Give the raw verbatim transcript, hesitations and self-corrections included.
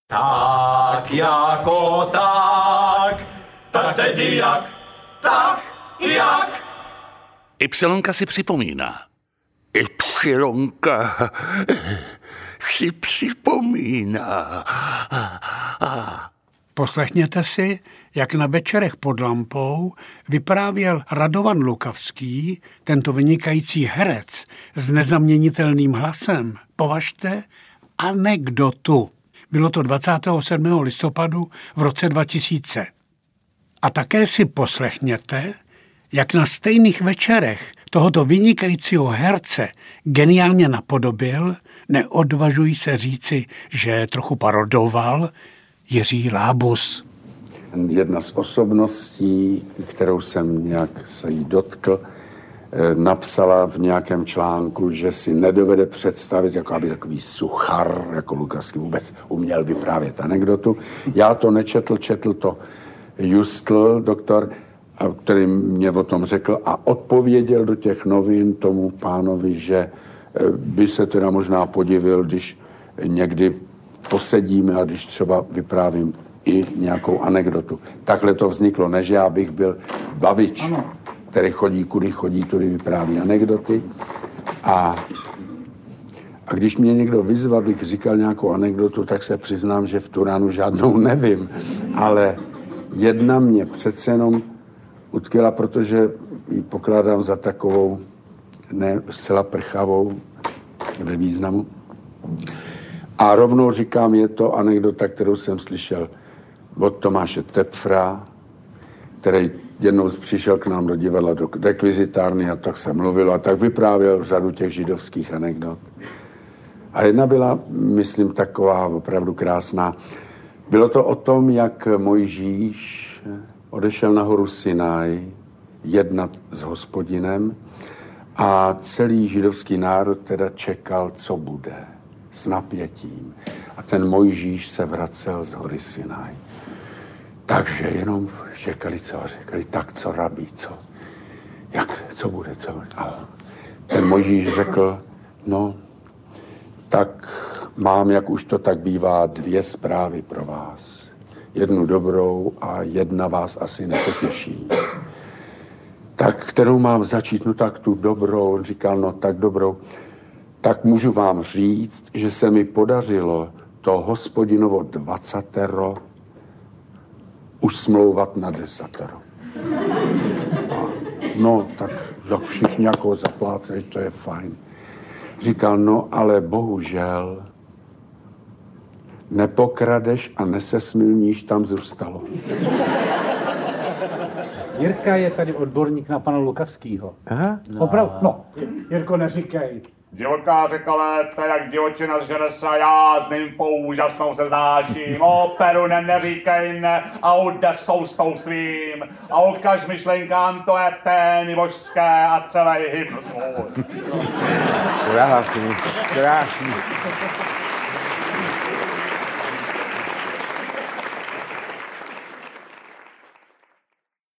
Tak jako tak, tak tedy jak, tak jak. Ypsilonka si připomíná. Ypsilonka si připomíná. Poslechněte si, jak na večerech pod lampou vyprávěl Radovan Lukavský, tento vynikající herec s nezaměnitelným hlasem. Považte anekdotu. Bylo to dvacátého sedmého listopadu v roce dva tisíce. A také si poslechněte, jak na stejných večerech tohoto vynikajícího herce geniálně napodobil, neodvažují se říci, že trochu parodoval, Jiří Lábus. Jedna z osobností, kterou jsem nějak se jí dotkl, napsala v nějakém článku, že si nedovede představit, jako aby takový suchar, jako Lukavský vůbec uměl vyprávět anekdotu. Já to nečetl, četl to Justl, doktor, který mě o tom řekl a odpověděl do těch novin tomu pánovi, že by se teda možná podivil, když někdy posedíme a když třeba vyprávím i nějakou anekdotu. Takhle to vzniklo, než já bych byl bavič, ano, který chodí, kudy chodí, tudy vypráví anekdoty. A, a když mě někdo vyzval, bych říkal nějakou anekdotu, tak se přiznám, že v tu ránu žádnou nevím. Ale jedna mě přece jenom utkvěla, protože ji pokládám za takovou ne zcela prchavou ve významu. A rovnou říkám, je to anekdota, kterou jsem slyšel od Tomáše Tepfra, který jednou přišel k nám do divadla, do rekvizitárny a tak se mluvilo a tak vyprávěl řadu těch židovských anekdot. A jedna byla, myslím, taková opravdu krásná. Bylo to o tom, jak Mojžíš odešel na horu Sinaj jednat s Hospodinem a celý židovský národ teda čekal, co bude, s napětím. A ten Mojžíš se vracel z hory Sinaj. Takže jenom čekali, co řekli, tak co rabí, co, jak, co bude, co bude. A ten Mojžíš řekl, no, tak mám, jak už to tak bývá, dvě zprávy pro vás. Jednu dobrou a jedna vás asi nepotěší. Tak, kterou mám začít? No tak tu dobrou. On říkal, no tak dobrou. Tak můžu vám říct, že se mi podařilo to Hospodinovo dvacatero usmlouvat na desatero. A no, tak jak všichni jako zaplácejí, to je fajn. Říkal, no, ale bohužel nepokradeš a nesesmilníš, tam zůstalo. Jirka je tady odborník na pana Lukavskýho. Aha. No. Opravdu, no, Jirko, neříkej. Divoká řeka léta, jak divočina z Žeresa, já s nymfou úžasnou se znáším. Operu ne, neříkej ne, a Odesou s tou svým. A odkaž myšlenkám, to je pény božské a celý hymnus můj. Krásný, krásný.